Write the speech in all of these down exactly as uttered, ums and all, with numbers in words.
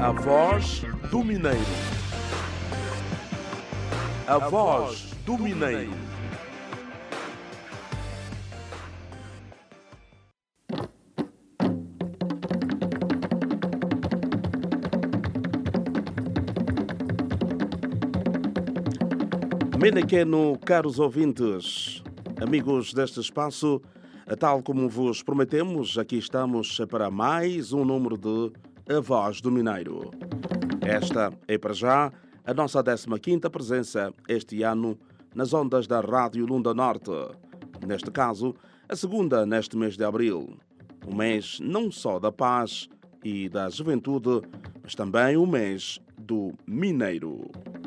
A voz do Mineiro. A voz do Mineiro. Menequeno, caros ouvintes, amigos deste espaço, tal como vos prometemos, aqui estamos para mais um número de A Voz do Mineiro. Esta é para já a nossa décima quinta presença este ano nas ondas da Rádio Lunda Norte. Neste caso, a segunda neste mês de abril. O mês não só da paz e da juventude, mas também o mês do Mineiro.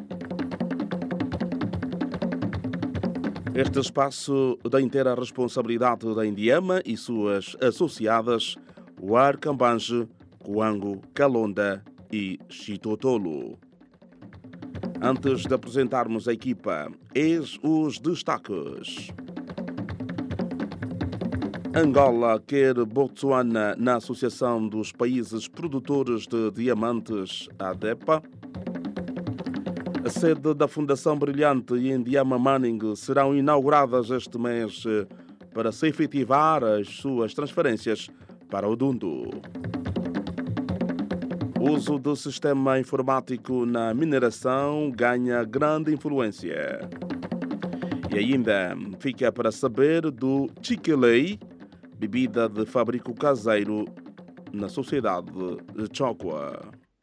Este espaço da inteira responsabilidade da Indiama e suas associadas, o Arcambange, Coango, Calonda e Chitotolo. Antes de apresentarmos a equipa, eis os destaques. Angola quer Botsuana na Associação dos Países Produtores de Diamantes, A D E P A. A sede da Fundação Brilhante e Indiama Mining serão inauguradas este mês para se efetivar as suas transferências para o Dundo. O uso do sistema informático na mineração ganha grande influência. E ainda fica para saber do Chiquelei, bebida de fabrico caseiro na sociedade de Chocua.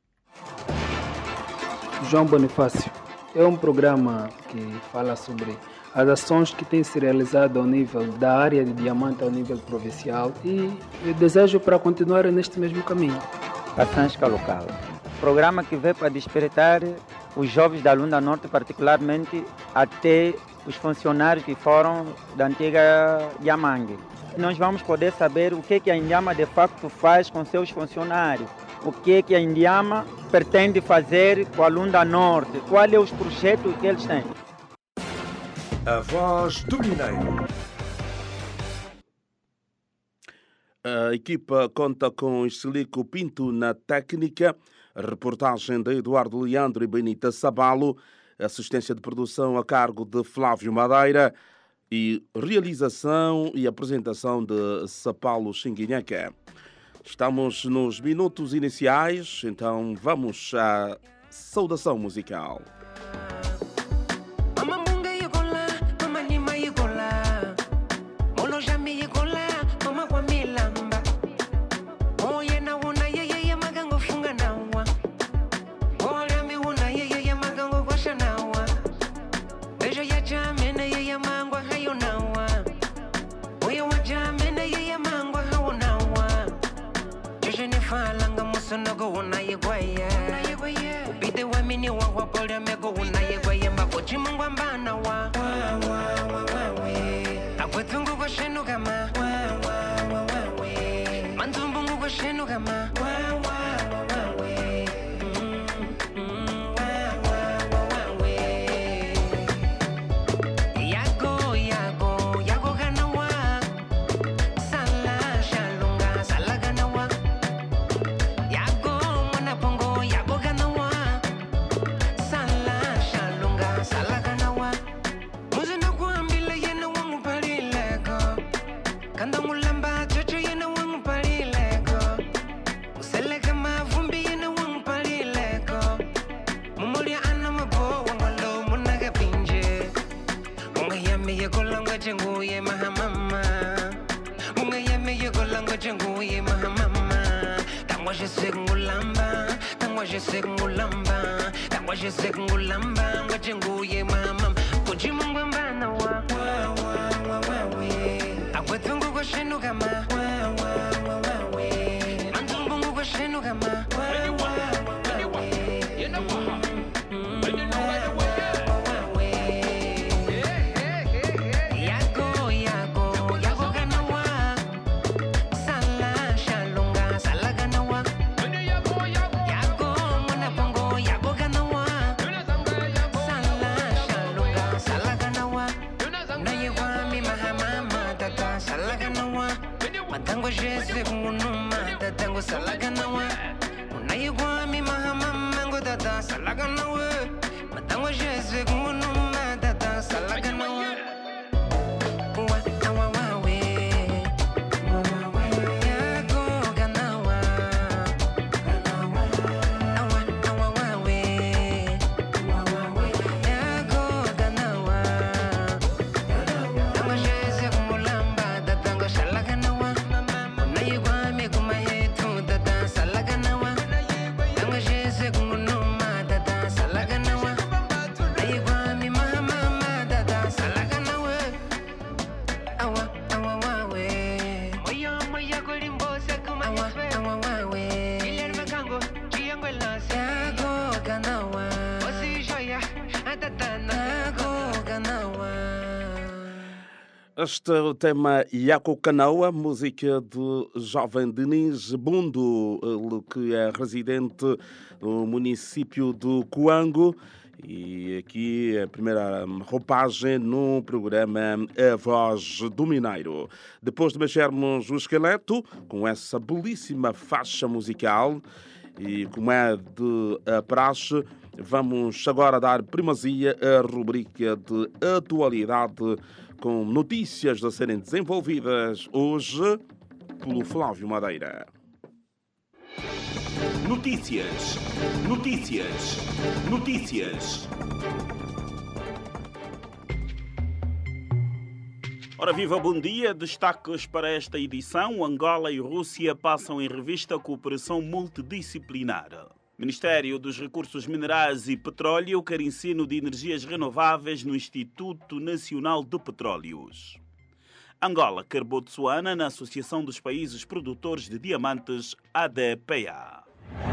João Bonifácio é um programa que fala sobre as ações que têm se realizado ao nível da área de diamante ao nível provincial e eu desejo para continuar neste mesmo caminho. Caçansca Local, programa que veio para despertar os jovens da Lunda Norte, particularmente até os funcionários que foram da antiga Yamangue. Nós vamos poder saber o que, que a Indiama de facto faz com seus funcionários. O que, que a Indiama pretende fazer com a Lunda Norte? Quais são os projetos que eles têm? A Voz do Mineiro. A equipa conta com Silico Pinto na técnica, reportagem de Eduardo Leandro e Benita Sabalo, assistência de produção a cargo de Flávio Madeira e realização e apresentação de Sapalo Xinguinheca. Estamos nos minutos iniciais, então vamos à saudação musical. Matango jese kungunuma tatango salaganawa. Unayigwa mi maha Este é o tema Yaco Canoa, música do jovem Denis Bundo, ele que é residente no município do Coango. E aqui a primeira roupagem no programa A Voz do Mineiro. Depois de mexermos o esqueleto com essa belíssima faixa musical, e como é de praxe, vamos agora dar primazia à rubrica de atualidade com notícias a serem desenvolvidas hoje pelo Flávio Madeira. Notícias, notícias, notícias. Ora viva, bom dia. Destaques para esta edição. Angola e Rússia passam em revista a cooperação multidisciplinar. Ministério dos Recursos Minerais e Petróleo quer ensino de energias renováveis no Instituto Nacional de Petróleos. Angola quer Botsuana na Associação dos Países Produtores de Diamantes, A D P A.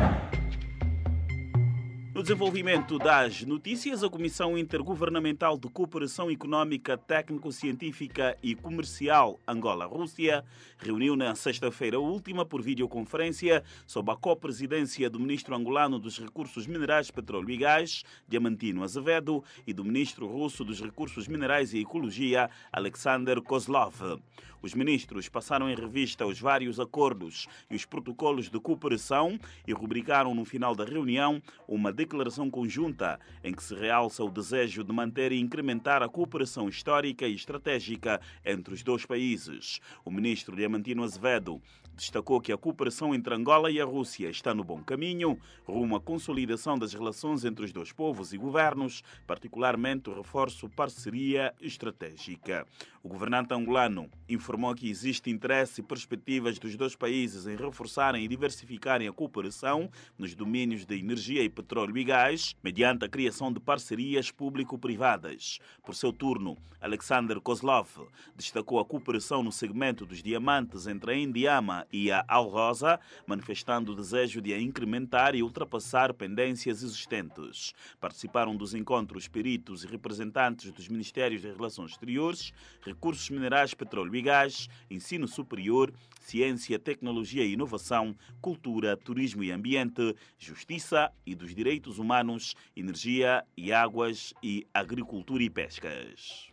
No desenvolvimento das notícias, a Comissão Intergovernamental de Cooperação Económica, Técnico-Científica e Comercial Angola-Rússia reuniu na sexta-feira última por videoconferência sob a co-presidência do ministro angolano dos Recursos Minerais, Petróleo e Gás, Diamantino Azevedo, e do ministro russo dos Recursos Minerais e Ecologia, Alexander Kozlov. Os ministros passaram em revista os vários acordos e os protocolos de cooperação e rubricaram no final da reunião uma declaração conjunta em que se realça o desejo de manter e incrementar a cooperação histórica e estratégica entre os dois países. O ministro Diamantino Azevedo destacou que a cooperação entre Angola e a Rússia está no bom caminho, rumo à consolidação das relações entre os dois povos e governos, particularmente o reforço parceria estratégica. O governante angolano informou que existe interesse e perspectivas dos dois países em reforçarem e diversificarem a cooperação nos domínios de energia e petróleo e gás, mediante a criação de parcerias público-privadas. Por seu turno, Alexander Kozlov destacou a cooperação no segmento dos diamantes entre a Indiama e a Alrosa, manifestando o desejo de a incrementar e ultrapassar pendências existentes. Participaram dos encontros peritos e representantes dos Ministérios das Relações Exteriores, Recursos Minerais, Petróleo e Gás, Ensino Superior, Ciência, Tecnologia e Inovação, Cultura, Turismo e Ambiente, Justiça e dos Direitos Humanos, Energia e Águas e Agricultura e Pescas.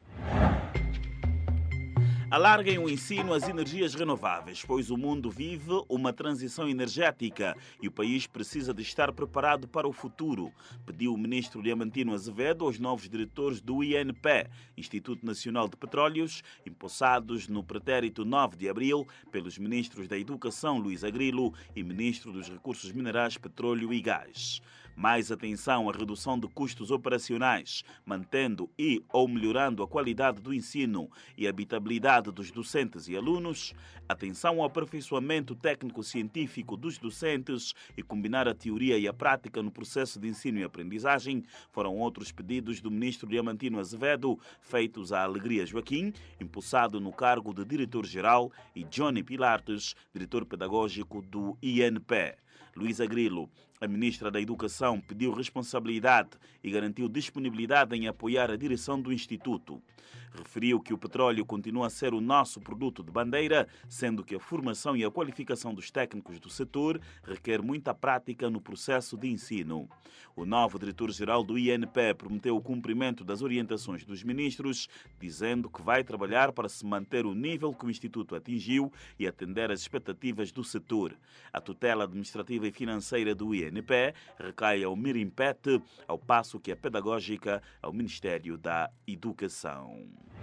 Alarguem o ensino às energias renováveis, pois o mundo vive uma transição energética e o país precisa de estar preparado para o futuro, pediu o ministro Diamantino Azevedo aos novos diretores do I N P, Instituto Nacional de Petróleos, empossados no pretérito nove de abril pelos ministros da Educação, Luís Agrilo, e ministro dos Recursos Minerais, Petróleo e Gás. Mais atenção à redução de custos operacionais, mantendo e ou melhorando a qualidade do ensino e a habitabilidade dos docentes e alunos. Atenção ao aperfeiçoamento técnico-científico dos docentes e combinar a teoria e a prática no processo de ensino e aprendizagem foram outros pedidos do ministro Diamantino Azevedo, feitos à Alegria Joaquim, impulsado no cargo de diretor-geral, e Johnny Pilates, diretor pedagógico do I N P. Luís Agrilo, a ministra da Educação, pediu responsabilidade e garantiu disponibilidade em apoiar a direção do Instituto. Referiu que o petróleo continua a ser o nosso produto de bandeira, sendo que a formação e a qualificação dos técnicos do setor requer muita prática no processo de ensino. O novo diretor-geral do I N P prometeu o cumprimento das orientações dos ministros, dizendo que vai trabalhar para se manter o nível que o Instituto atingiu e atender às expectativas do setor. A tutela administrativa e financeira do I N P recai ao Mirimpete, ao passo que a pedagógica ao Ministério da Educação.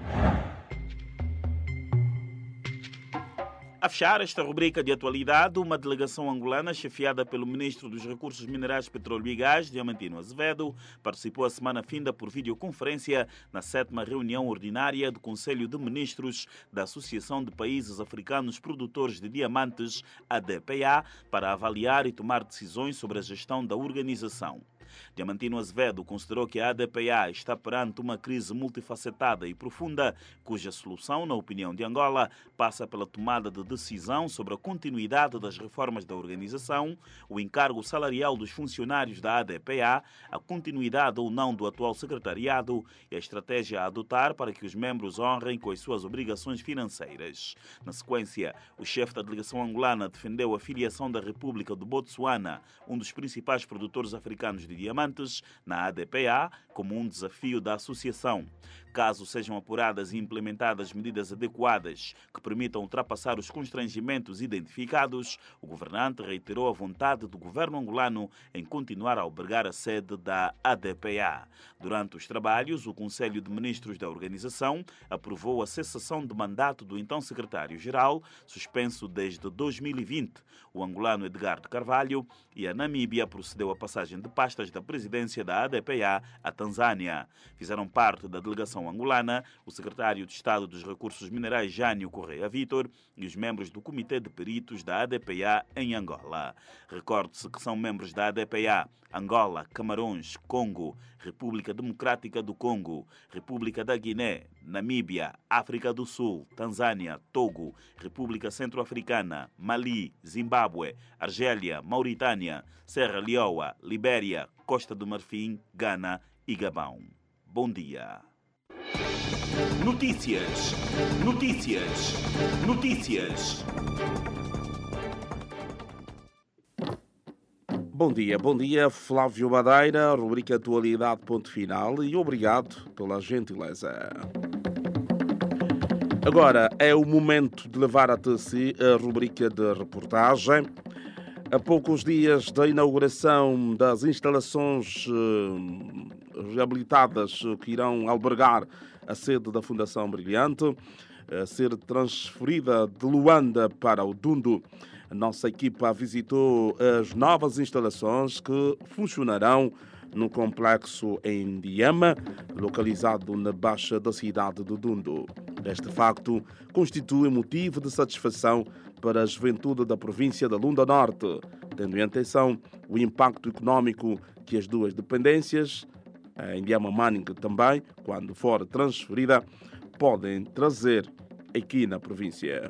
A fechar esta rubrica de atualidade, uma delegação angolana chefiada pelo ministro dos Recursos Minerais, Petróleo e Gás, Diamantino Azevedo, participou a semana finda por videoconferência na sétima reunião ordinária do Conselho de Ministros da Associação de Países Africanos Produtores de Diamantes, A D P A, para avaliar e tomar decisões sobre a gestão da organização. Diamantino Azevedo considerou que a A D P A está perante uma crise multifacetada e profunda, cuja solução, na opinião de Angola, passa pela tomada de decisão sobre a continuidade das reformas da organização, o encargo salarial dos funcionários da A D P A, a continuidade ou não do atual secretariado e a estratégia a adotar para que os membros honrem com as suas obrigações financeiras. Na sequência, o chefe da delegação angolana defendeu a filiação da República do Botsuana, um dos principais produtores africanos de diamantes, na A D P A, como um desafio da associação. Caso sejam apuradas e implementadas medidas adequadas que permitam ultrapassar os constrangimentos identificados, o governante reiterou a vontade do governo angolano em continuar a albergar a sede da A D P A. Durante os trabalhos, o Conselho de Ministros da organização aprovou a cessação de mandato do então secretário-geral, suspenso desde dois mil e vinte, o angolano Edgardo Carvalho, e a Namíbia procedeu à passagem de pastas da presidência da A D P A à Tanzânia. Fizeram parte da delegação angolana o secretário de Estado dos Recursos Minerais Jânio Correia Vítor e os membros do Comitê de Peritos da A D P A em Angola. Recorde-se que são membros da A D P A Angola, Camarões, Congo, República Democrática do Congo, República da Guiné, Namíbia, África do Sul, Tanzânia, Togo, República Centro-Africana, Mali, Zimbábue, Argélia, Mauritânia, Serra Leoa, Libéria, Costa do Marfim, Gana e Gabão. Bom dia. Notícias, notícias, notícias. Bom dia, bom dia, Flávio Madeira, rubrica Atualidade Ponto Final, e obrigado pela gentileza. Agora é o momento de levar até si a rubrica de reportagem. A poucos dias da inauguração das instalações reabilitadas que irão albergar a sede da Fundação Brilhante, a ser transferida de Luanda para o Dundo, a nossa equipa visitou as novas instalações que funcionarão no complexo em Diama, localizado na baixa da cidade do Dundo. Este facto constitui motivo de satisfação para a juventude da província da Lunda Norte, tendo em atenção o impacto econômico que as duas dependências, a Indiama Manning também, quando for transferida, podem trazer aqui na província.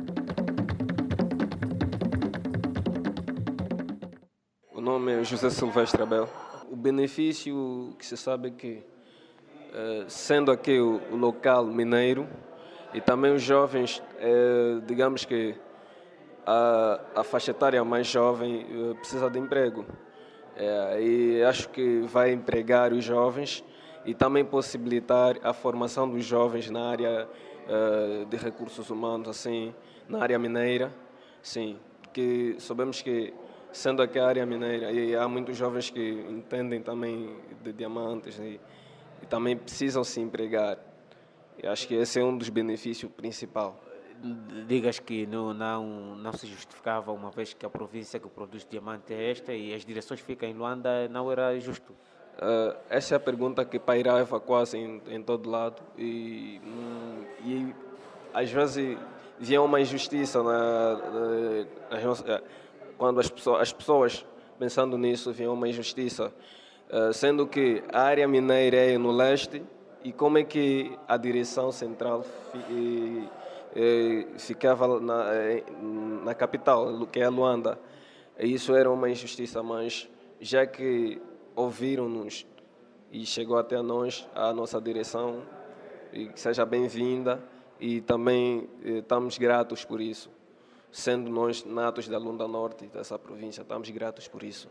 O nome é José Silvestre Abel. O benefício que se sabe é que, sendo aqui o local mineiro, e também os jovens, digamos que a, a faixa etária mais jovem precisa de emprego. E acho que vai empregar os jovens e também possibilitar a formação dos jovens na área de recursos humanos, assim, na área mineira, sim, porque sabemos que, sendo aqui a área mineira, e há muitos jovens que entendem também de diamantes e, e também precisam se empregar. E acho que esse é um dos benefícios principais. Digas que não, não, não se justificava, uma vez que a província que produz diamante é esta e as direções ficam em Luanda, não era justo? Uh, essa é a pergunta que pairava quase em, em todo lado e, hum, e às vezes havia uma injustiça na, na, na, quando as pessoas, as pessoas pensando nisso havia uma injustiça, uh, sendo que a área mineira é no leste e como é que a direção central fi, e, e, ficava na, na capital, que é Luanda. Isso era uma injustiça, mas já que ouviram-nos e chegou até nós, a nossa direção, e que seja bem-vinda e também eh, estamos gratos por isso. Sendo nós natos da Lunda Norte, dessa província, estamos gratos por isso.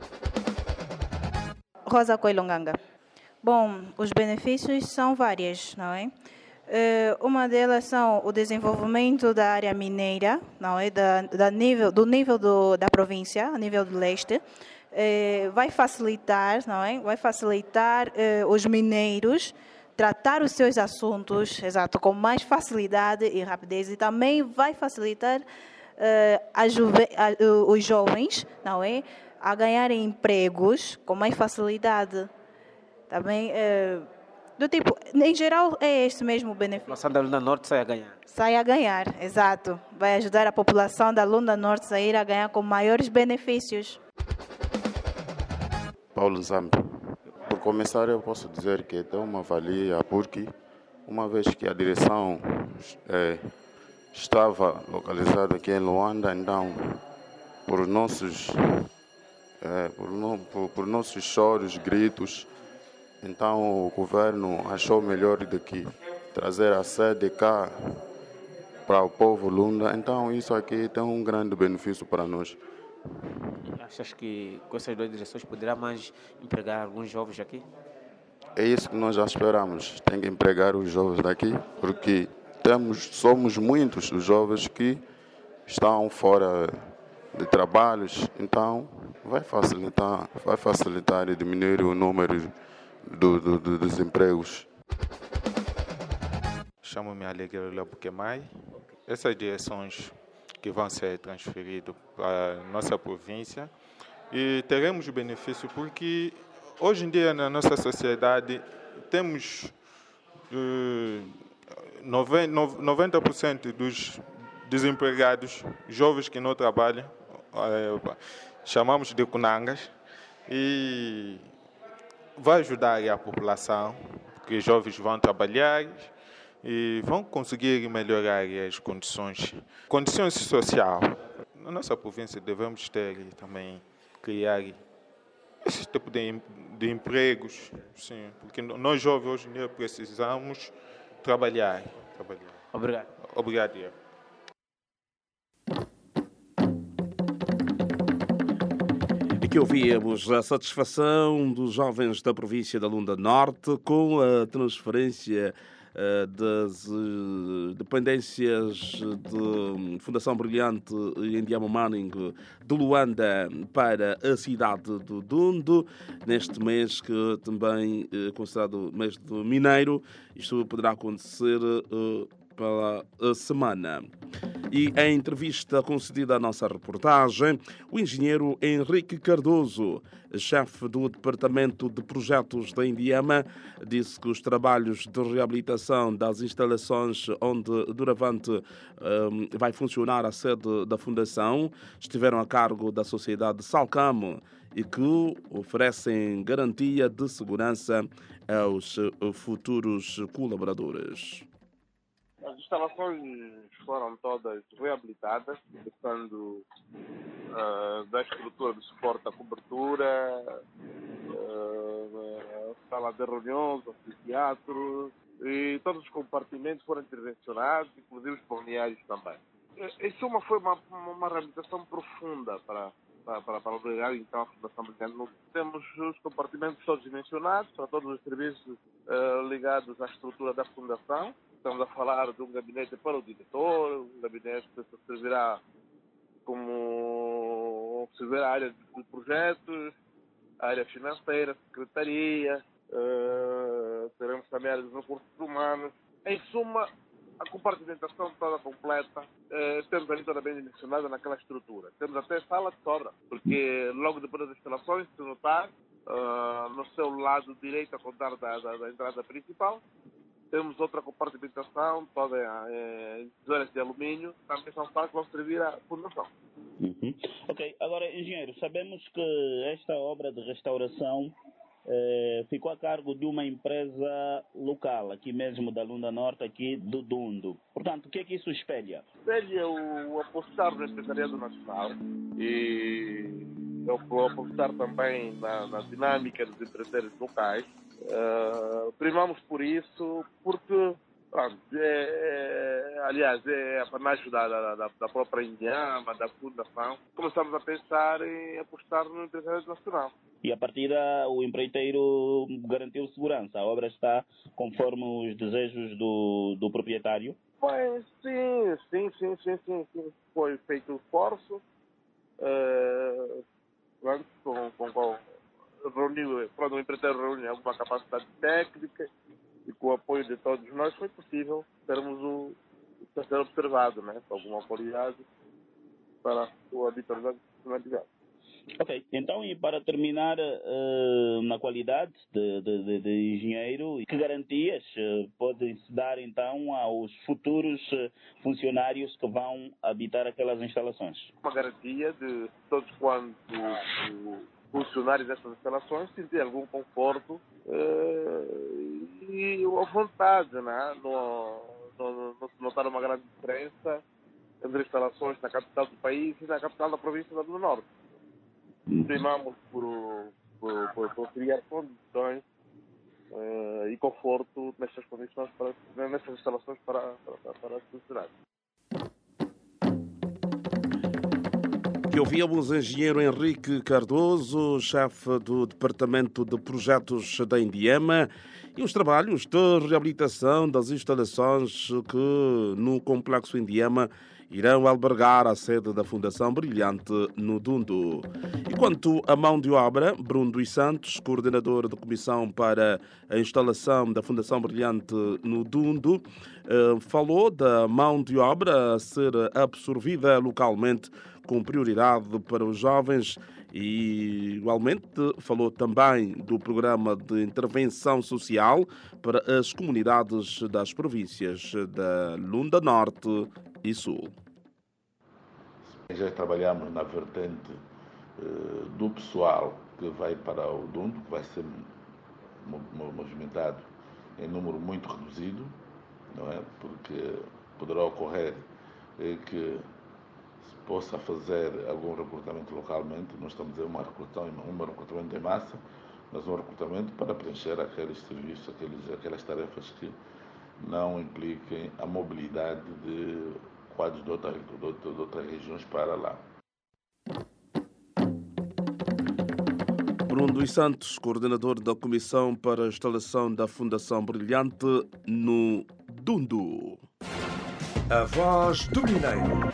Rosa Coilonganga. Bom, os benefícios são vários, não é? Uh, uma delas são o desenvolvimento da área mineira, não é? Da, da nível, do nível do, da província, a nível do leste. Uh, vai facilitar, não é? Vai facilitar uh, os mineiros tratar os seus assuntos, exato, com mais facilidade e rapidez, e também vai facilitar uh, a juve, a, uh, os jovens, não é? A ganharem empregos com mais facilidade. Também, uh, do tipo, em geral, é este mesmo o benefício. A população da Lunda Norte sai a ganhar. Sai a ganhar, exato. Vai ajudar a população da Lunda Norte a sair a ganhar com maiores benefícios. Paulo Zambi. Por começar, eu posso dizer que é uma valia porque, uma vez que a direção é, estava localizada aqui em Luanda, então, por nossos, é, por, no, por, por nossos choros, gritos, então o governo achou melhor de que trazer a sede cá para o povo Lunda. Então, isso aqui tem um grande benefício para nós. Achas que com essas duas direções poderá mais empregar alguns jovens aqui? É isso que nós já esperamos. Tem que empregar os jovens daqui, porque temos, somos muitos os jovens que estão fora de trabalhos, então vai facilitar, vai facilitar e diminuir o número do, do, do, dos empregos. Chamo-me Alegre Labuquemai. Essas direções que vão ser transferidas para a nossa província e teremos o benefício porque hoje em dia na nossa sociedade temos uh, noventa por cento dos desempregados, jovens que não trabalham, uh, chamamos de cunangas, e vai ajudar a população, porque os jovens vão trabalhar e vão conseguir melhorar as condições, condições sociais. Na nossa província devemos ter também, criar esse tipo de, de empregos, sim, porque nós jovens hoje em dia precisamos trabalhar. trabalhar. Obrigado. Obrigado. E que ouvíamos a satisfação dos jovens da província da Lunda Norte com a transferência das dependências de Fundação Brilhante em Diamomaning de Luanda para a cidade de Dundo, neste mês que também é considerado mês de Mineiro. Isto poderá acontecer pela semana. E em entrevista concedida à nossa reportagem, o engenheiro Henrique Cardoso, chefe do Departamento de Projetos da Indiama, disse que os trabalhos de reabilitação das instalações onde doravante um, vai funcionar a sede da Fundação estiveram a cargo da sociedade Salcamo e que oferecem garantia de segurança aos futuros colaboradores. As instalações foram todas reabilitadas, começando uh, da estrutura de suporte à cobertura, uh, a sala de reuniões, anfiteatro, e todos os compartimentos foram intervencionados, inclusive os balneários também. Em suma, foi uma, uma reabilitação profunda para, para, para, para obrigar então a Fundação Brilhante. Temos os compartimentos todos dimensionados para todos os serviços uh, ligados à estrutura da Fundação. Estamos a falar de um gabinete para o diretor, um gabinete que servirá como servir a área de projetos, a área financeira, a secretaria, uh, teremos também a área dos recursos humanos. Em suma, a compartimentação toda completa, uh, temos ali toda bem dimensionada naquela estrutura. Temos até sala de sobra, porque logo depois das instalações, se notar, uh, no seu lado direito, a contar da, da, da entrada principal, temos outra compartimentação, toda em tesouras de alumínio, também são partes que vão servir à fundação. Uhum. Ok, agora, engenheiro, sabemos que esta obra de restauração eh, ficou a cargo de uma empresa local, aqui mesmo da Lunda Norte, aqui do Dundo. Portanto, o que é que isso espelha? Espelha o apostar no empresariado nacional e o apostar também na, na dinâmica dos empresários locais. Uh, primamos por isso, porque, pronto, é, é, aliás, é a panagem da, da, da própria Indiama, da Fundação. Começamos a pensar em apostar no empresariado nacional. E a partir daí o empreiteiro garantiu segurança? A obra está conforme os desejos do, do proprietário? Pois, sim, sim, sim, sim, sim, sim. Foi feito o esforço, uh, com, com, com reuniu, quando o empreiteiro reúne alguma capacidade técnica e com o apoio de todos nós foi possível termos o, o ser observado, né, com alguma qualidade para o habitante finalizado. Ok, então e para terminar uh, na qualidade de, de, de, de engenheiro, que garantias uh, podem se dar então aos futuros uh, funcionários que vão habitar aquelas instalações? Uma garantia de todos quanto funcionários destas instalações sentir algum conforto uh, e a vontade, né? não, não, não se notar uma grande diferença entre instalações na capital do país e na capital da província do Norte. Primamos por, por, por, por criar condições uh, e conforto nestas condições, para, nestas instalações para, para, para os funcionários. E ouvíamos o engenheiro Henrique Cardoso, chefe do Departamento de Projetos da Indiema, e os trabalhos de reabilitação das instalações que no Complexo Indiema irão albergar a sede da Fundação Brilhante no Dundo. E quanto à mão de obra, Bruno dos Santos, coordenador da Comissão para a Instalação da Fundação Brilhante no Dundo, falou da mão de obra a ser absorvida localmente com prioridade para os jovens e, igualmente, falou também do programa de intervenção social para as comunidades das províncias da Lunda Norte e Sul. Já trabalhamos na vertente uh, do pessoal que vai para o Dundo, que vai ser movimentado em número muito reduzido, não é? Porque poderá ocorrer eh, que se possa fazer algum recrutamento localmente. Não estamos a dizer uma recrutação, um recrutamento em massa, mas um recrutamento para preencher aqueles serviços, aqueles, aquelas tarefas que não impliquem a mobilidade de quadros de, outra, de, outra, de outras regiões para lá. Bruno dos Santos, coordenador da Comissão para a Instalação da Fundação Brilhante no Dundo. A Voz do Mineiro.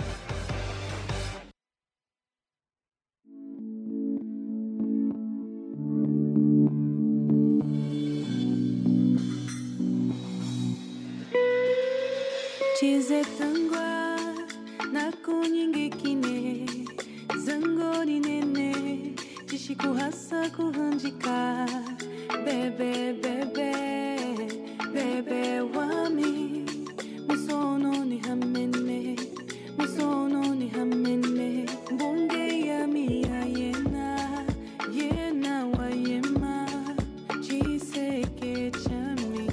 Chize tangwa na kunyingi kine zangoni nene chishiku hasa kuhanjika bebe bebe bebe wami musono ni hamene musono ni hamene bunge ya miya yena yena wa yema chiseke chami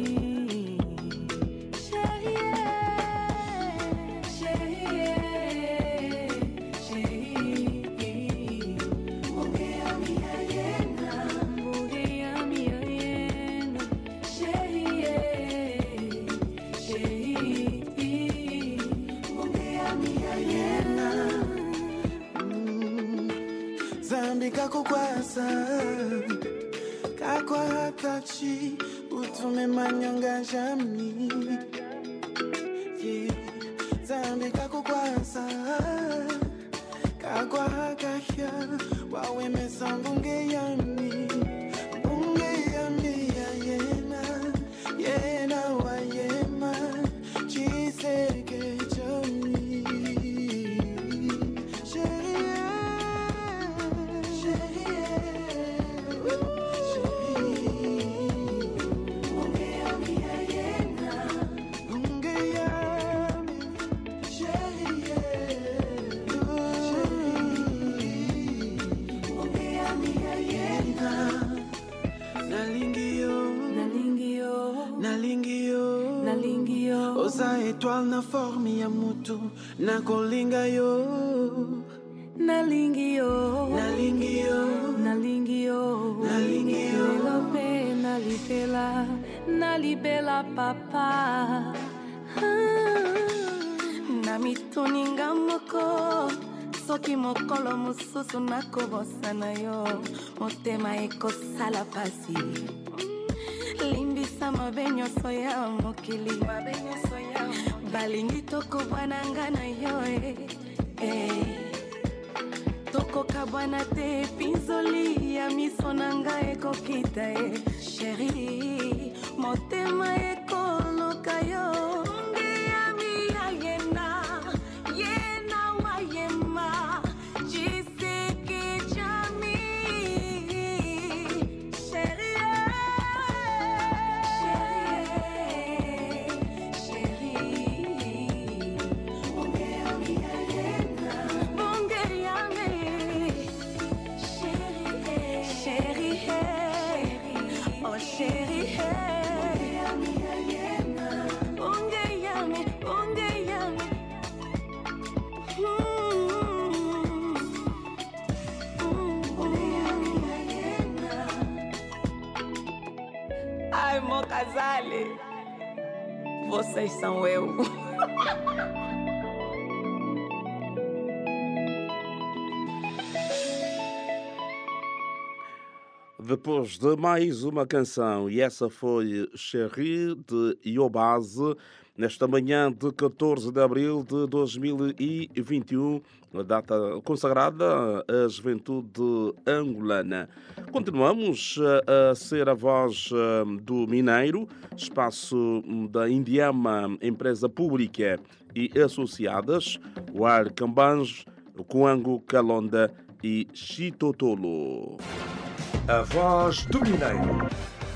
Kakukwasa kakwa hatachi utume manyonga jamni yeah. Zambi kakukwasa kakwa hakahya wawe mesambunge yami bunge yami ya yena yena wa yema chiseke jamni étoile na forme ya mutu na kolinga yo nalingi yo nalingi yo nalingi yo nalingi yo lope nalibela nalibela papa na mituninga moko soki mokolo mosusu nakobosana yo motema ekosala pasi limbisa mabe nyonso ya mokili balingi tokobwana nga na yo eh, eh. Tokokabwana te pinzoli ya miso na nga ekokita eh. Sheri motema ekoloka yo Ai, meu casale. Vocês são eu. Depois de mais uma canção, e essa foi Chérie de Iobase, nesta manhã de catorze de abril de dois mil e vinte e um, a data consagrada à juventude angolana. Continuamos a ser a voz do Mineiro, espaço da Indiama, empresa pública e associadas, o Ar Cambange, o Coango, Calonda e Chitotolo. A voz do Mineiro.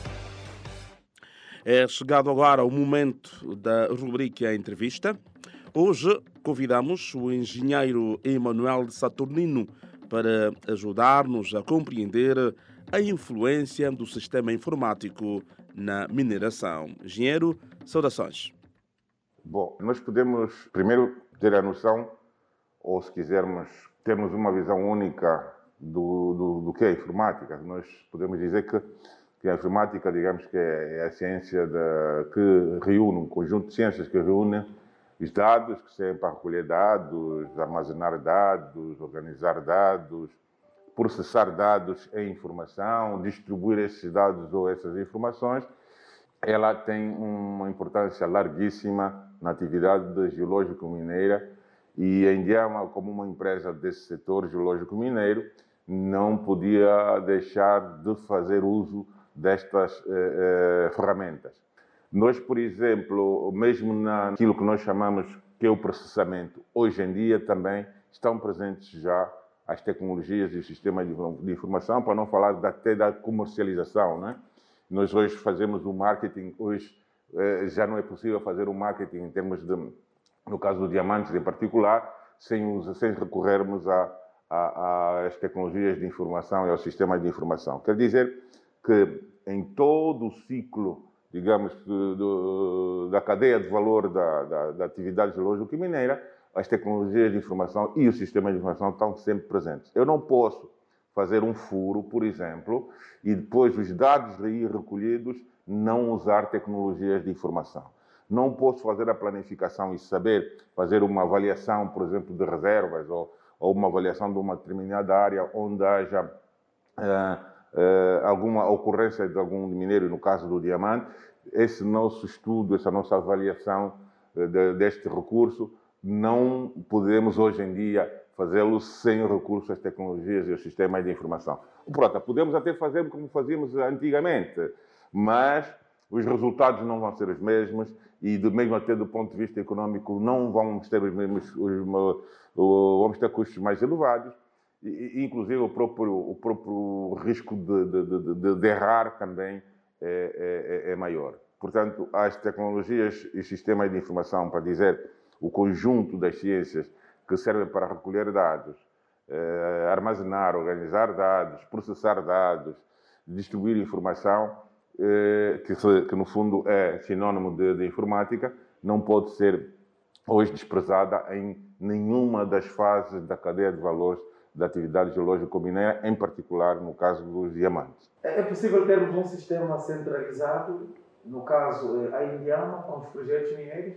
É chegado agora o momento da rubrica Entrevista. Hoje convidamos o engenheiro Emanuel Saturnino para ajudar-nos a compreender a influência do sistema informático na mineração. Engenheiro, saudações. Bom, nós podemos primeiro ter a noção, ou se quisermos, termos uma visão única Do, do, do que é a informática. Nós podemos dizer que, que a informática, digamos que é a ciência de, que reúne, um conjunto de ciências que reúne os dados, que servem para recolher dados, armazenar dados, organizar dados, processar dados em informação, distribuir esses dados ou essas informações. Ela tem uma importância larguíssima na atividade geológico-mineira e a Indiama, como uma empresa desse setor geológico-mineiro, não podia deixar de fazer uso destas eh, eh, ferramentas. Nós, por exemplo, mesmo naquilo que nós chamamos que é o processamento, hoje em dia também estão presentes já as tecnologias e os sistemas de informação, para não falar até da comercialização, né? Nós hoje fazemos o marketing, hoje eh, já não é possível fazer o marketing em termos de, no caso do diamantes em particular, sem, sem recorrermos a às tecnologias de informação e aos sistemas de informação. Quer dizer que em todo o ciclo, digamos, do, do, da cadeia de valor da, da, da atividade geológica mineira, as tecnologias de informação e os sistemas de informação estão sempre presentes. Eu não posso fazer um furo, por exemplo, e depois os dados aí recolhidos não usar tecnologias de informação. Não posso fazer a planificação e saber fazer uma avaliação, por exemplo, de reservas ou ou uma avaliação de uma determinada área onde haja uh, uh, alguma ocorrência de algum minério, no caso do diamante. Esse nosso estudo, essa nossa avaliação uh, de, deste recurso, não podemos hoje em dia fazê-lo sem o recurso às tecnologias e aos sistemas de informação. Pronto, podemos até fazer como fazíamos antigamente, mas os resultados não vão ser os mesmos e, do mesmo até do ponto de vista econômico, não vamos ter os mesmos, os, vamos ter custos mais elevados e, inclusive, o próprio, o próprio risco de, de, de, de errar também é, é, é maior. Portanto, as tecnologias e sistemas de informação, para dizer o conjunto das ciências que servem para recolher dados, eh, armazenar, organizar dados, processar dados, distribuir informação, eh, que, que no fundo é sinónimo de, de informática, não pode ser hoje desprezada em nenhuma das fases da cadeia de valores da atividade geológico-mineira, em particular no caso dos diamantes. É possível termos um sistema centralizado, no caso a Indiama, com os projetos mineiros?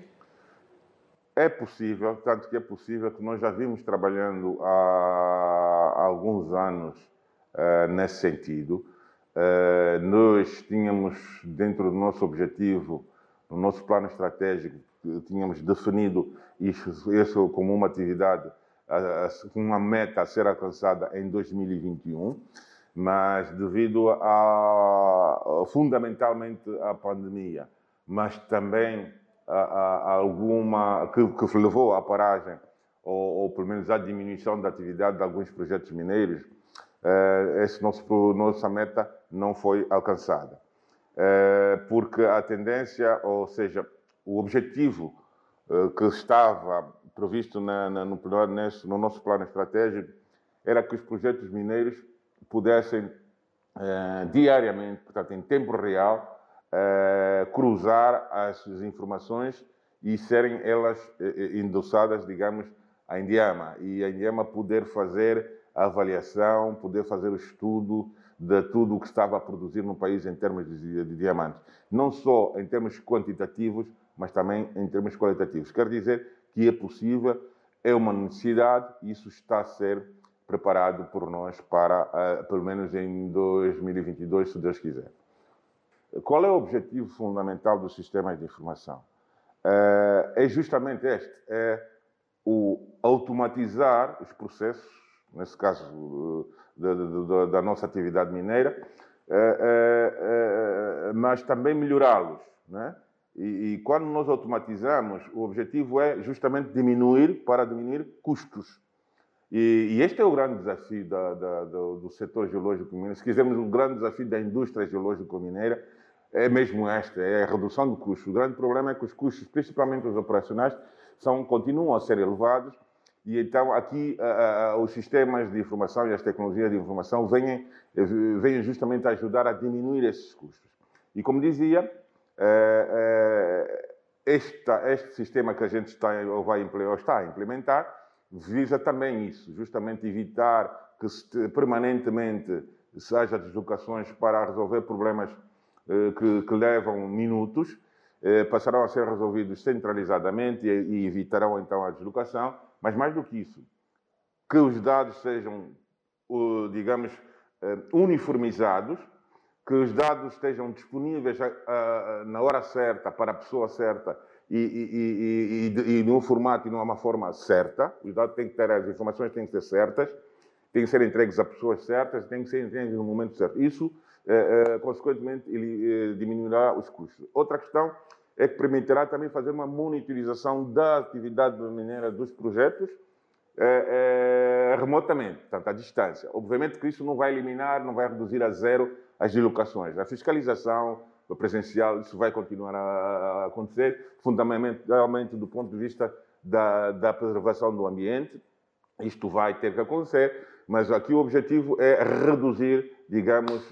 É possível, tanto que é possível que nós já vimos trabalhando há, há alguns anos uh, nesse sentido. Uh, nós tínhamos, dentro do nosso objetivo, no nosso plano estratégico, tínhamos definido isso, isso como uma atividade, uma meta a ser alcançada em dois mil e vinte e um, mas devido a, fundamentalmente à pandemia, mas também a, a alguma, que, que levou à paragem, ou, ou pelo menos à diminuição da atividade de alguns projetos mineiros, eh, esse nosso, nossa meta não foi alcançada. Eh, porque a tendência, ou seja, o objetivo eh, que estava previsto na, na, no, no nosso plano estratégico era que os projetos mineiros pudessem eh, diariamente, portanto em tempo real, eh, cruzar as informações e serem elas eh, endossadas, digamos, à Indiama, e a Indiama poder fazer a avaliação, poder fazer o estudo de tudo o que estava a produzir no país em termos de, de diamantes. Não só em termos quantitativos, mas também em termos qualitativos. Quer dizer que é possível, é uma necessidade, e isso está a ser preparado por nós para, uh, pelo menos em dois mil e vinte e dois, se Deus quiser. Qual é o objetivo fundamental dos sistemas de informação? Uh, é justamente este, é o automatizar os processos, nesse caso uh, da, da, da nossa atividade mineira, uh, uh, uh, mas também melhorá-los, né? E, e quando nós automatizamos, o objetivo é justamente diminuir, para diminuir custos. E, e este é o grande desafio da, da, do, do setor geológico mineiro. Se quisermos, o grande desafio da indústria geológico-mineira é mesmo este, é a redução de custos. O grande problema é que os custos, principalmente os operacionais, são, continuam a ser elevados, e então aqui a, a, os sistemas de informação e as tecnologias de informação vêm, vêm justamente a ajudar a diminuir esses custos. E como dizia, Esta, este sistema que a gente está, ou vai, ou está a implementar visa também isso, justamente evitar que se, permanentemente se haja deslocações para resolver problemas eh, que, que levam minutos, eh, passarão a ser resolvidos centralizadamente e, e evitarão então a deslocação, mas mais do que isso, que os dados sejam, digamos, uniformizados, que os dados estejam disponíveis uh, na hora certa, para a pessoa certa e, e, e, e, e num formato e numa forma certa. Os dados têm que ter, as informações têm que ser certas, têm que ser entregues a pessoas certas, têm que ser entregues no momento certo. Isso, uh, uh, consequentemente, ele, uh, diminuirá os custos. Outra questão é que permitirá também fazer uma monitorização da atividade mineira dos projetos uh, uh, remotamente, portanto, à distância. Obviamente que isso não vai eliminar, não vai reduzir a zero as deslocações. A fiscalização presencial, isso vai continuar a acontecer, fundamentalmente do ponto de vista da, da preservação do ambiente. Isto vai ter que acontecer, mas aqui o objetivo é reduzir, digamos,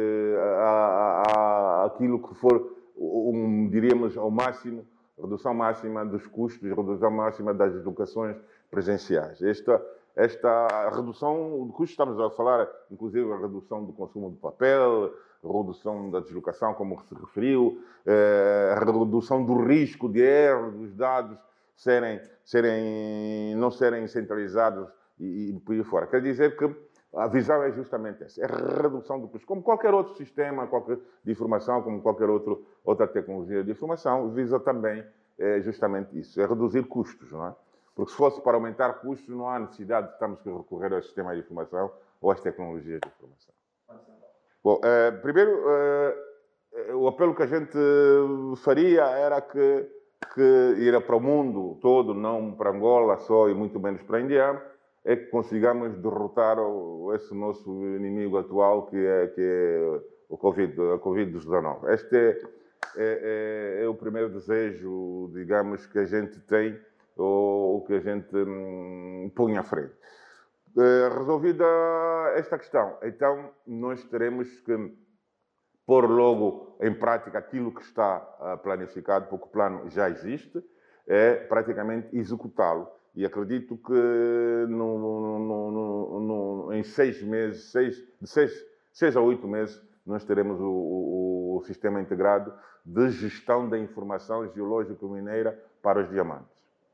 a, a, a, aquilo que for, um, diríamos, ao máximo, redução máxima dos custos, redução máxima das deslocações presenciais. Esta Esta redução de custos, estamos a falar, inclusive, a redução do consumo de papel, a redução da deslocação, como se referiu, a redução do risco de erro dos dados serem, serem, não serem centralizados e, e por aí fora. Quer dizer que a visão é justamente essa, é a redução do custo. Como qualquer outro sistema qualquer, de informação, como qualquer outro, outra tecnologia de informação, visa também é, justamente isso, é reduzir custos, não é? Porque se fosse para aumentar custos, não há necessidade de termos que recorrer ao sistema de informação ou às tecnologias de informação. Bom, eh, primeiro, eh, o apelo que a gente faria era que, que ir para o mundo todo, não para Angola só e muito menos para a Índia, é que consigamos derrotar o, esse nosso inimigo atual, que é, que é o Covid, a Covid dezenove. Este é, é, é, é o primeiro desejo, digamos, que a gente tem, ou que a gente hum, põe à frente. Uh, resolvida esta questão, então nós teremos que pôr logo em prática aquilo que está uh, planificado, porque o plano já existe, é praticamente executá-lo. E acredito que no, no, no, no, em seis meses, seis, de seis, seis a oito meses, nós teremos o, o, o sistema integrado de gestão da informação geológico-mineira para os diamantes.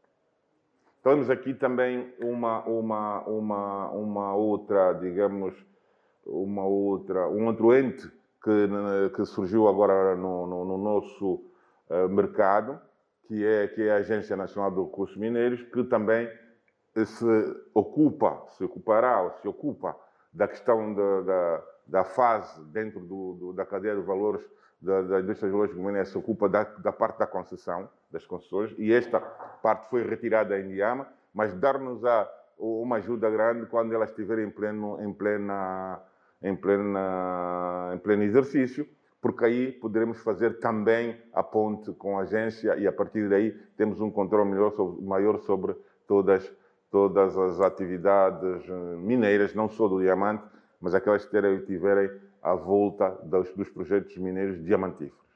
Temos aqui também uma, uma, uma, uma outra, digamos, uma outra, um outro ente que, que surgiu agora no, no, no nosso uh, mercado, que é, que é a Agência Nacional de Recursos Mineiros, que também se ocupa, se ocupará, ou se ocupa da questão da, da, da fase dentro do, do, da cadeia de valores da, da indústria geológica mineira, se ocupa da, da parte da concessão, das concessões, e esta parte foi retirada em Indiama, mas dar-nos-á uma ajuda grande quando ela estiver em pleno, em, plena, em, plena, em pleno exercício, porque aí poderemos fazer também a ponte com a agência e a partir daí temos um controle melhor sobre, maior sobre todas, todas as atividades mineiras, não só do diamante, mas aquelas que terem, tiverem à volta dos, dos projetos mineiros diamantíferos.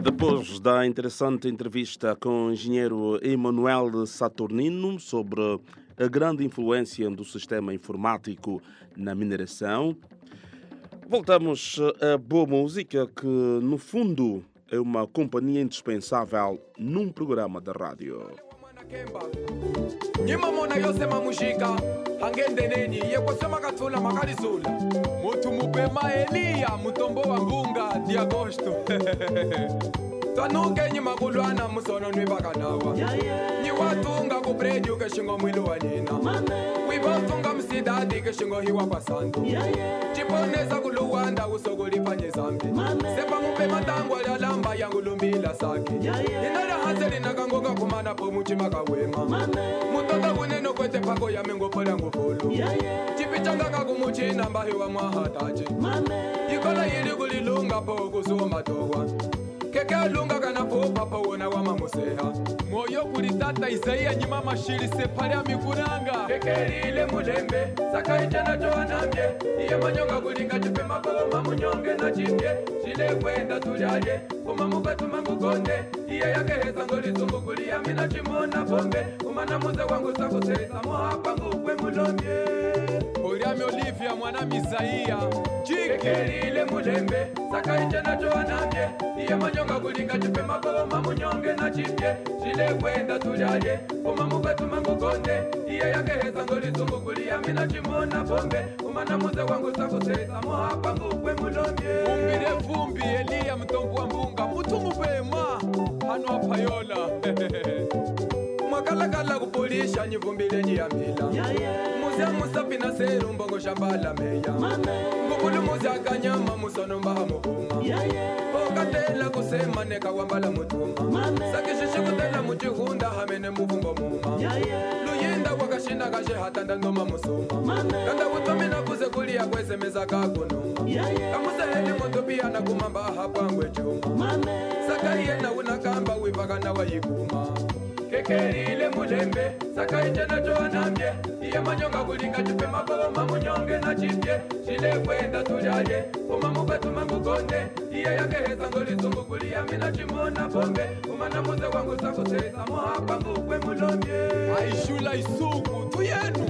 Depois da interessante entrevista com o engenheiro Emanuel Saturnino sobre a grande influência do sistema informático na mineração, voltamos à boa música, que no fundo é uma companhia indispensável num programa de rádio. Nyima mona yose mamushika hangende neni yekwasema katula makalizula mutu mupema Elia mutombo wa mbunga di agosto tanuke nyima kulwana musono nwibakanawa nyi watunga kupreju keshingo mwilu wa nina wibotunga msidadi keshingo hiwa pasandu chiponeza kuluwanda usogolifanye zambi sepa mupema tangwa ya lamba yangu lumbila saki inada hazeli nakangoka kumana po muchima kawema mutoka kuneno kwete pako ya mengo pola ngufulu chipichanga kakumuchina mbahi wa mwahataji ikola yili kulilunga po kusuma towa keke lunga kana po papa wona wa mamuseha moyo kulitata Isaia nyima mashiri separe amikunanga keke ile mulembe sakaijana joanambye iye manyonga kulinga chupe makolo mamunyonge na chimbye chile kwenda tulyaje kumamuka tumangukonde iye yake heza ngoli zungu kulia mina chimona bombe umana muze wangu sakusesa mohapa ngukwe mulombye Oriami Olivia mwana Misaia keke ile mulembe sakaijana joanambye iye manyonga kulinga chupe makolo mamunyonge na chimbye chile kwenda tulyaje kumamuka tumangukonde iye yake heza ngoli zungu kulia mina chimona bombe umana muze wangu sakusesa mohapa ngukwe mulombye umbile vumbi Elia mtombo wa mbunga mutu mupema hano apayola mwakalakala kupulisha nyivumbile nyiyamila muze musapi na seru mbongo shambala meya ngubulu muze akanyama musono mbaha mubuma okatela kusema neka wambala mutuma sakishishi kutela muchihunda hamene muvumbo muma luyinda wakashinda kashe hatanda ndoma musuma kanda kutomina kuze kulia kwese meza kakunuma kamuse heli mutupia na kumamba hapangwe chuma sakaiye unakamba wivakana wayikuma kekerile mulembe sakaijana joanambye iye manyonga kulinga chupe makolo mamunyonge na chimbye chile kwenda tulyaje umamuka tumangukonde iye yake heza ngoli zungu kulia mina chimona bombe umana muze wangu sakusesa mohapa ngukwe mulombye aishula isuku tuyenu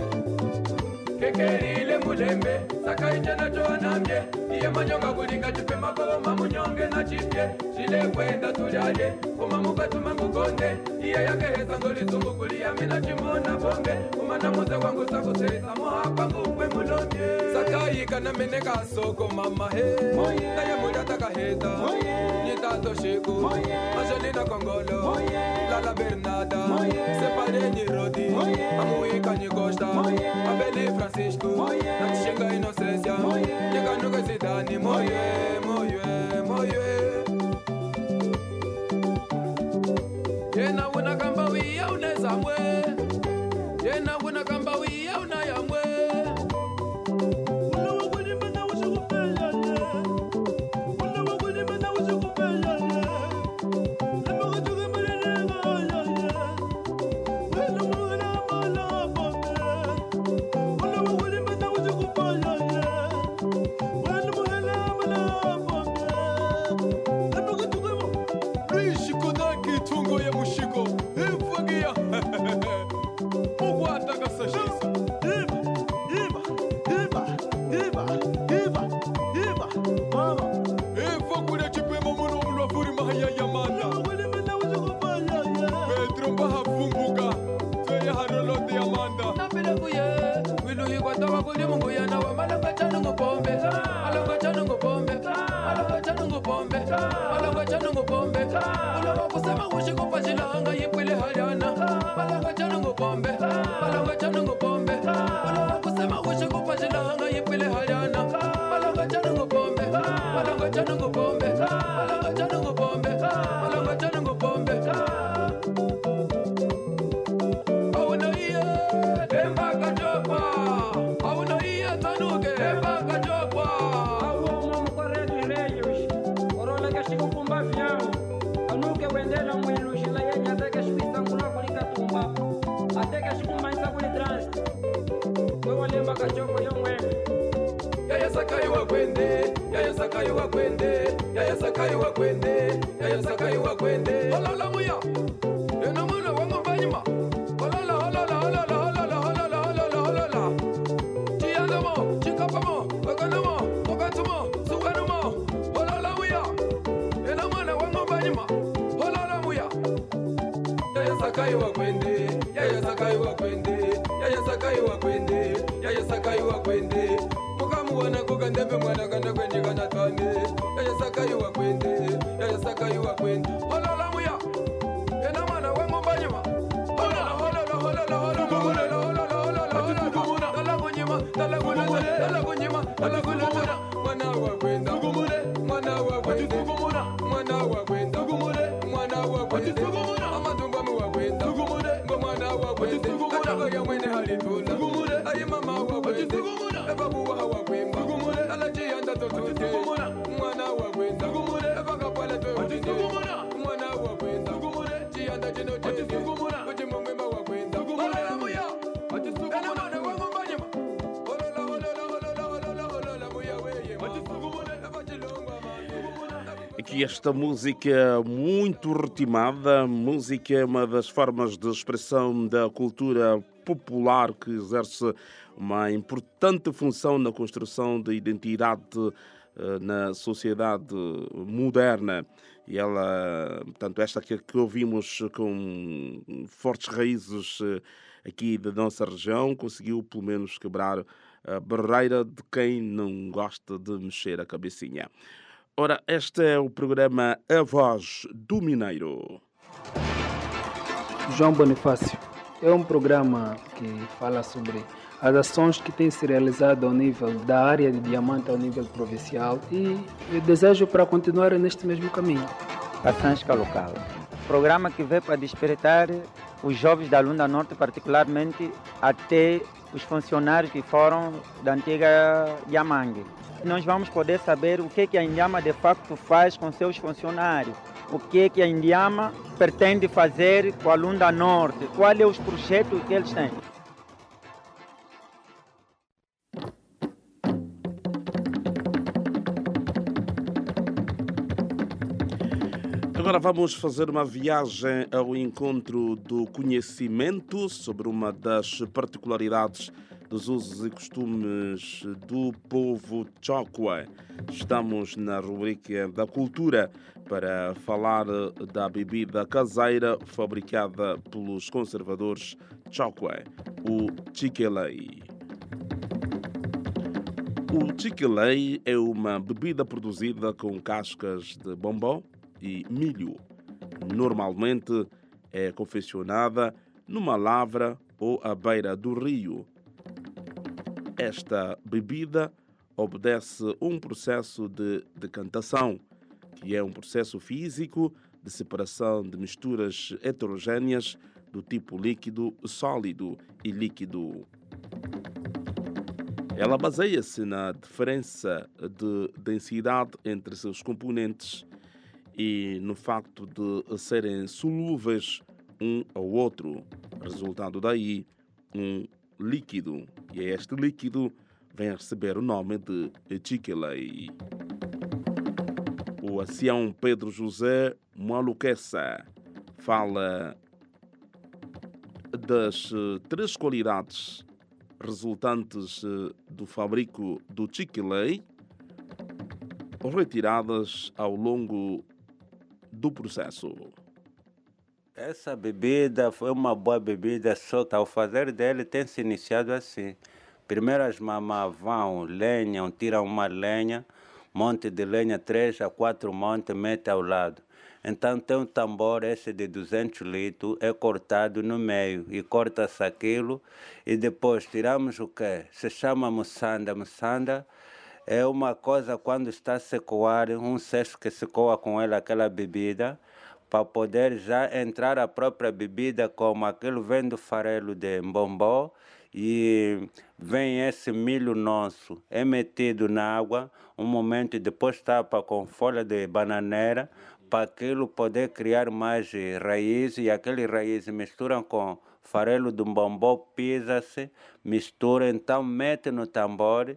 kekerile mulembe sakaijana joanambye iye manyonga kulinga chupe makolo mamunyonge na chimbye chile kwenda tulyaje umamuka tumangukonde iye yake heza ngoli zungu kulia mina chimona bombe umana muze wangu sakusesa mohapa ngukwe mulombye sakayika na meneka soko mama he naye mulata kaheta nyitato shiku Angelina Kongolo Lala Bernada Separe Nirodi Amuika Nikosta Abeli Francisco Natishinga Inocencia Nyekanuka Zidani Moye, moye, moye Yena wuna kamba wia unezamwe Yena wuna kamba wia unayamwe Yaya sakai wa kwende, yaya yaya sakai wa kwende, yaya sakai wa kwende, yaya sakai wa kwende. Olala muya, ena mwana wangu banyima. Olala, olala, olala, olala, olala, olala, olala. Chiandamo, chikapamo, wakanamo, wakatumo, sukanumo. Olala muya, ena mwana wangu banyima. Olala muya, yaya sakai wa kwende, yaya sakai wa kwende, yaya sakai wa kwende, yaya sakai wa kwende. Mukamuwana kugandebe mwana kanda kwenye kana twane, yaya sakai wa kwende, yaya sakai wa kwende. Olala muya, ena mwana wangu banyima. Olala, olala, olala, olala, olala, olala, olala, olala. Dala kunyima, dala kunyima, dala kunyima, dala kunyima. Mwana wa kwenda, mwana wa kwenda, mwana wa kwenda, mwana wa kwenda. Amatumba mu wa kwenda, mwana wa kwenda. Ataka ya mwene halitula, ayi mama wa kwenda. Eba buwa wa kwenda, alaji anda totote. Mwana wa kwenda, eba kapala totote. Mwana wa kwenda, ji anda jino jene. Kuti mongwema wa kwenda. Olala muya, ena mwana wa mbanyima. Olala, olala, olala, olala, olala muya weye mama. Eba jilongwa mama. Que esta música muito ritmada, música é uma das formas de expressão da cultura popular que exerce uma importante função na construção da identidade na sociedade moderna. E ela, portanto, esta que, que ouvimos com fortes raízes aqui da nossa região, conseguiu pelo menos quebrar a barreira de quem não gosta de mexer a cabecinha. Ora, este é o programa A Voz do Mineiro. João Bonifácio, é um programa que fala sobre as ações que têm se realizado ao nível da área de diamante ao nível provincial e eu desejo para continuar neste mesmo caminho. A Sansca Local, programa que veio para despertar os jovens da Lunda Norte, particularmente até os funcionários que foram da antiga Yamangue. Nós vamos poder saber o que, que a Indiama de facto faz com seus funcionários, o que, que a Indiama pretende fazer com a Lunda Norte, quais são os projetos que eles têm. Agora vamos fazer uma viagem ao encontro do conhecimento sobre uma das particularidades dos usos e costumes do povo Chokwe. Estamos na rubrica da cultura para falar da bebida caseira fabricada pelos conservadores Chokwe, o Chikelei. O Chikelei é uma bebida produzida com cascas de bombom e milho. Normalmente é confeccionada numa lavra ou à beira do rio. Esta bebida obedece a um processo de decantação, que é um processo físico de separação de misturas heterogêneas do tipo líquido, sólido e líquido. Ela baseia-se na diferença de densidade entre seus componentes e no facto de serem solúveis um ao outro, resultando daí um líquido. E este líquido vem a receber o nome de Chikelei. O ancião Pedro José Maluquessa fala das três qualidades resultantes do fabrico do Chikelei, retiradas ao longo do processo. Essa bebida foi uma boa bebida, só que ao fazer dele tem se iniciado assim. Primeiro as mamás vão, lenham, tiram uma lenha, monte de lenha, três a quatro montes, mete ao lado. Então tem um tambor, esse de duzentos litros, é cortado no meio e corta-se aquilo e depois tiramos o que? Se chama mussanda. Mussanda é uma coisa quando está a se coar, um cesto que se coa com ela aquela bebida, para poder já entrar a própria bebida, como aquilo vem do farelo de bombom e vem esse milho nosso, é metido na água, um momento e depois tapa com folha de bananeira, para aquilo poder criar mais raiz e aquele raiz misturam com farelo do bombom, pisa-se, mistura, então mete no tambor,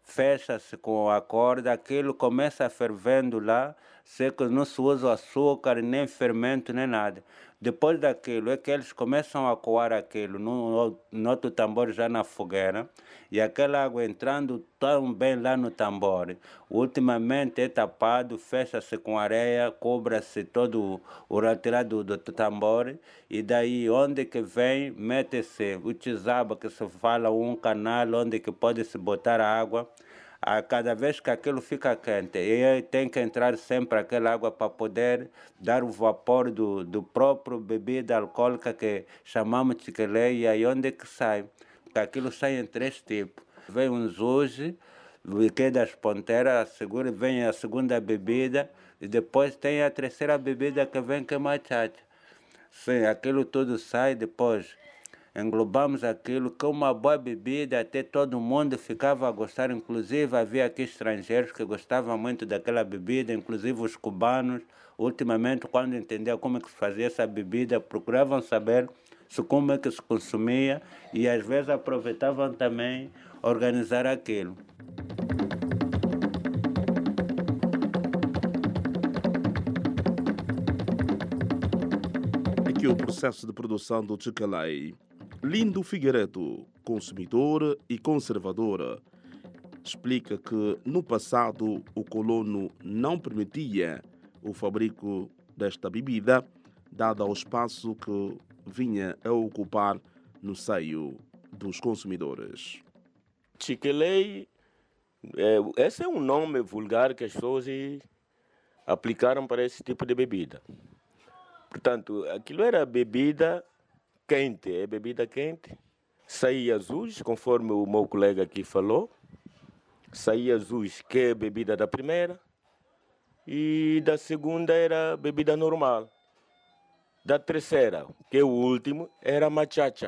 fecha-se com a corda, aquilo começa fervendo lá, sei que não se usa açúcar, nem fermento, nem nada. Depois daquilo é que eles começam a coar aquilo no, no outro tambor já na fogueira, e aquela água entrando tão bem lá no tambor. Ultimamente é tapado, fecha-se com areia, cobra-se todo o retirado do, do tambor, e daí onde que vem, mete-se o tizaba, que se fala um canal onde que pode-se botar a água. A cada vez que aquilo fica quente, e tem que entrar sempre aquela água para poder dar o vapor do, do próprio bebida alcoólica que chamamos de chiqueleia, e aí onde que sai? Porque aquilo sai em três tipos. Vem um zuge, que é das ponteiras, segura, vem a segunda bebida, e depois tem a terceira bebida que vem que é machacha. Sim, aquilo tudo sai depois. Englobamos aquilo com uma boa bebida, até todo mundo ficava a gostar, inclusive havia aqui estrangeiros que gostavam muito daquela bebida, inclusive os cubanos. Ultimamente, quando entendiam como é que se fazia essa bebida, procuravam saber se como é que se consumia, e às vezes aproveitavam também organizar aquilo. Aqui o processo de produção do chiqueleia. Lindo Figueiredo, consumidor e conservador, explica que no passado o colono não permitia o fabrico desta bebida, dado ao espaço que vinha a ocupar no seio dos consumidores. Chiqueleia, é, esse é um nome vulgar que as pessoas aplicaram para esse tipo de bebida. Portanto, aquilo era bebida quente, é bebida quente. Saía azuis, conforme o meu colega aqui falou. Saía azuis, que é bebida da primeira. E da segunda era bebida normal. Da terceira, que é o último, era machacha.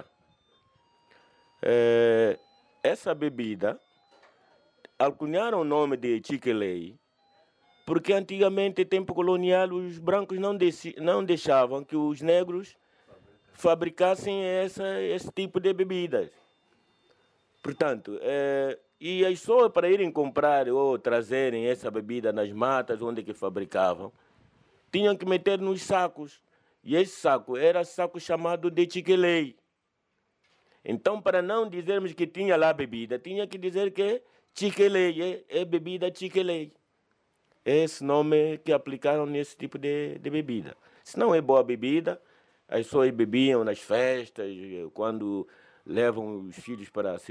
É, essa bebida, alcunharam o nome de chiqueleia, porque antigamente, em tempo colonial, os brancos não, não deixavam que os negros fabricassem essa, esse tipo de bebidas. Portanto, é, e as pessoas para irem comprar ou trazerem essa bebida nas matas onde que fabricavam, tinham que meter nos sacos. E esse saco era saco chamado de chiqueleia. Então, para não dizermos que tinha lá bebida, tinha que dizer que chiqueleia é, é bebida chiqueleia. É esse nome que aplicaram nesse tipo de, de bebida. Se não é boa bebida, as pessoas bebiam nas festas, quando levam os filhos para a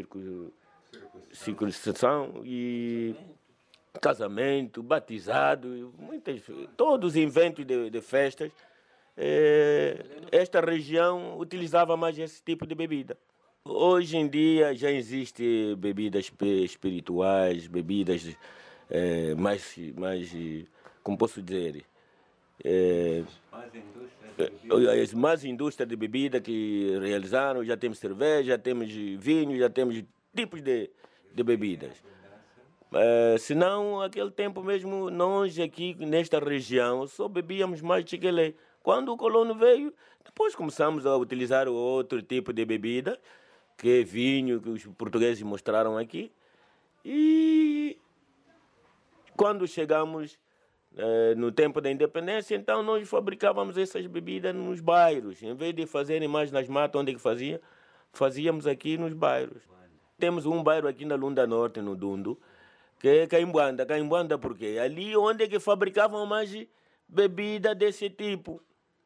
circuncisão e casamento, batizado, muitas, todos os eventos de, de festas. Eh, esta região utilizava mais esse tipo de bebida. Hoje em dia já existe bebidas espirituais, bebidas eh, mais, mais, como posso dizer, eh, as mais indústrias de bebida que realizaram, já temos cerveja, já temos vinho, já temos tipos de, de bebidas. Uh, senão, aquele tempo mesmo, nós aqui nesta região só bebíamos mais chiqueleia. Quando o colono veio, depois começamos a utilizar outro tipo de bebida, que é vinho, que os portugueses mostraram aqui. E quando chegamos no tempo da independência, então nós fabricávamos essas bebidas nos bairros. Em vez de fazerem mais nas matas, onde que fazia, fazíamos aqui nos bairros. Temos um bairro aqui na Lunda Norte, no Dundo, que é Caimbuanda. Caimbuanda por quê? Ali onde é que fabricavam mais bebida desse tipo.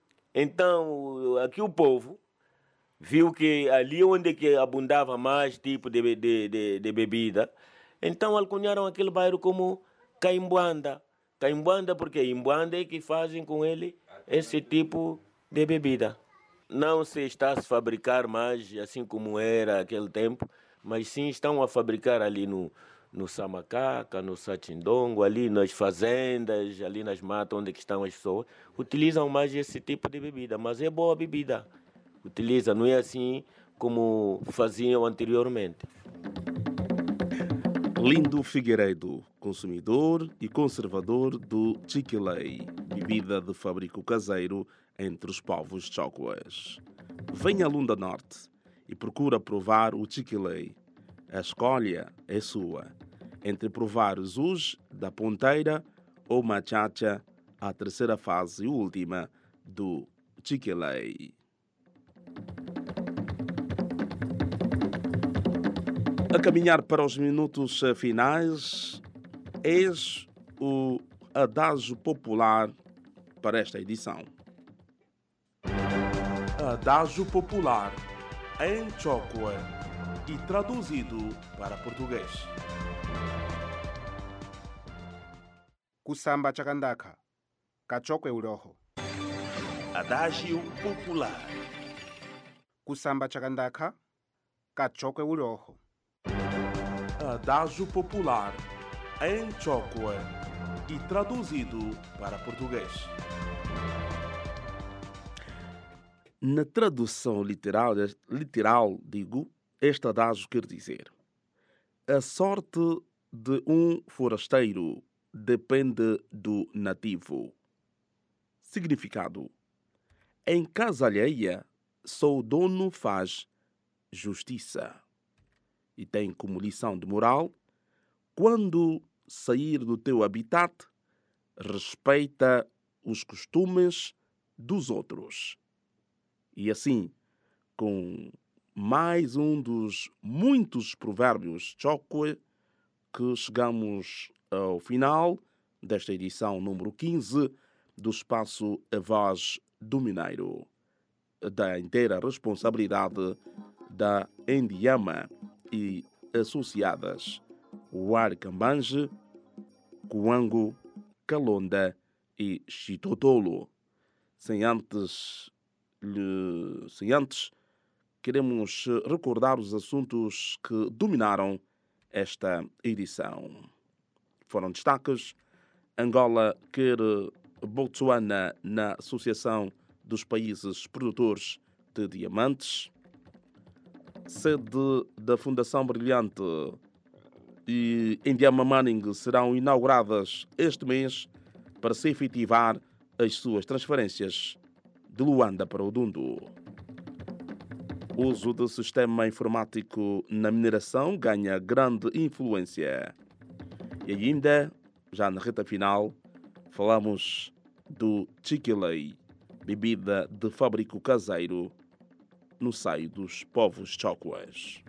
Então, aqui o povo viu que ali onde que abundava mais tipo de, de, de, de bebida, então alcunharam aquele bairro como Caimbuanda. Caimbuanda porque Imbuanda é que fazem com ele esse tipo de bebida. Não se está a se fabricar mais assim como era aquele tempo, mas sim estão a fabricar ali no, no Samacaca, no Sachindongo, ali nas fazendas, ali nas matas onde que estão as pessoas. Utilizam mais esse tipo de bebida, mas é boa bebida. Utiliza, não é assim como faziam anteriormente. Lindo Figueiredo, consumidor e conservador do chiqueleia, bebida de fabrico caseiro entre os povos chocoas. Venha a Lunda Norte e procura provar o chiqueleia. A escolha é sua. entre provar os da ponteira ou machacha, a terceira fase e última do Chiquilei. A caminhar para os minutos finais, eis o adágio popular para esta edição. Adágio popular em Chokwe e traduzido para português. Kusamba chakandaka, kachokwe uroho. Adágio popular. Kusamba chakandaka, kachokwe uroho. Adágio popular em Chokwe e traduzido para português. Na tradução literal, literal, digo, este adágio quer dizer: a sorte de um forasteiro depende do nativo. Significado: em casa alheia, só o dono faz justiça. E tem como lição de moral: quando sair do teu habitat, respeita os costumes dos outros. E assim, com mais um dos muitos provérbios Chokwe, que chegamos ao final desta edição número quinze do espaço A Voz do Mineiro, da inteira responsabilidade da Endiama e associadas, o Arcambange, Coango, Calonda e Chitotolo. Sem antes, lhe, sem antes, queremos recordar os assuntos que dominaram esta edição. Foram destaques: Angola quer Botsuana na Associação dos Países Produtores de Diamantes, sede da Fundação Brilhante e Endiama Mining serão inauguradas este mês para se efetivar as suas transferências de Luanda para o Dundu. O uso do sistema informático na mineração ganha grande influência. E ainda, já na reta final, falamos do Chiquilei, bebida de fábrico caseiro no seio dos povos Chokwes.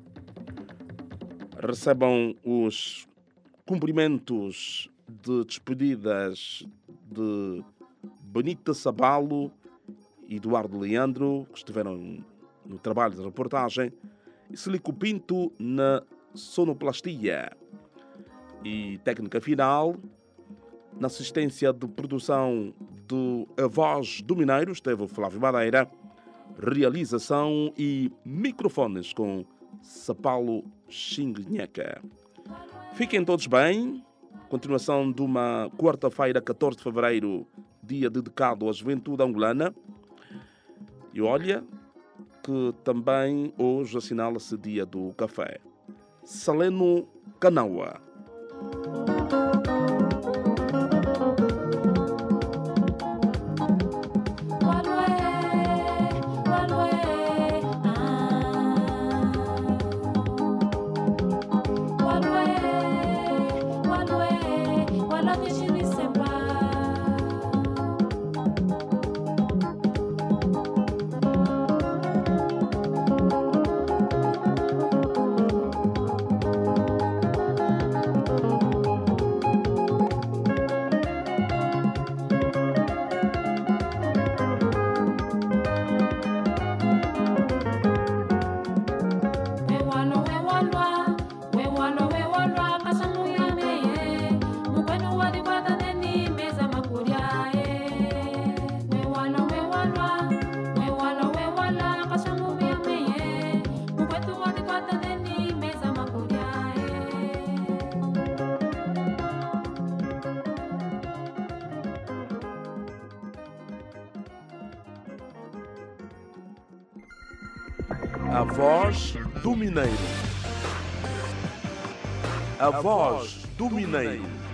Recebam os cumprimentos de despedidas de Benita Sabalo e Eduardo Leandro, que estiveram no trabalho de reportagem, e Celico Pinto na sonoplastia. E técnica final, na assistência de produção do A Voz do Mineiro, esteve o Flávio Madeira, realização e microfones com Sapalo Xinguinheca. Fiquem todos bem. Continuação de uma quarta-feira, catorze de fevereiro, dia dedicado à juventude angolana. E olha que também hoje assinala-se dia do café. Saleno Canaua. A Voz do Mineiro. A Voz do Mineiro.